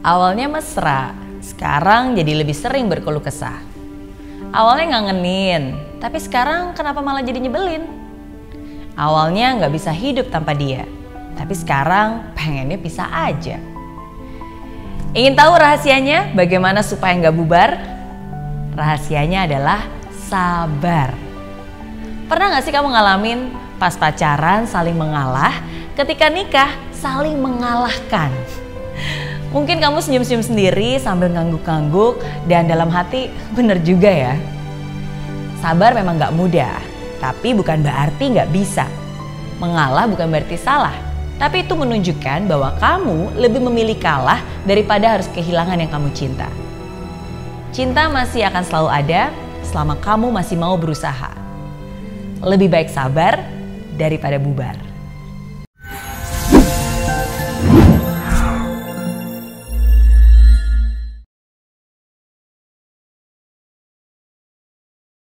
Awalnya mesra, sekarang jadi lebih sering berkeluh kesah. Awalnya ngangenin, tapi sekarang kenapa malah jadi nyebelin? Awalnya nggak bisa hidup tanpa dia, tapi sekarang pengennya pisah aja. Ingin tahu rahasianya bagaimana supaya nggak bubar? Rahasianya adalah sabar. Pernah nggak sih kamu ngalamin pas pacaran saling mengalah, ketika nikah saling mengalahkan? Mungkin kamu senyum-senyum sendiri sambil ngangguk-ngangguk dan dalam hati bener juga ya. Sabar memang gak mudah, tapi bukan berarti gak bisa. Mengalah bukan berarti salah, tapi itu menunjukkan bahwa kamu lebih memilih kalah daripada harus kehilangan yang kamu cinta. Cinta masih akan selalu ada selama kamu masih mau berusaha. Lebih baik sabar daripada bubar.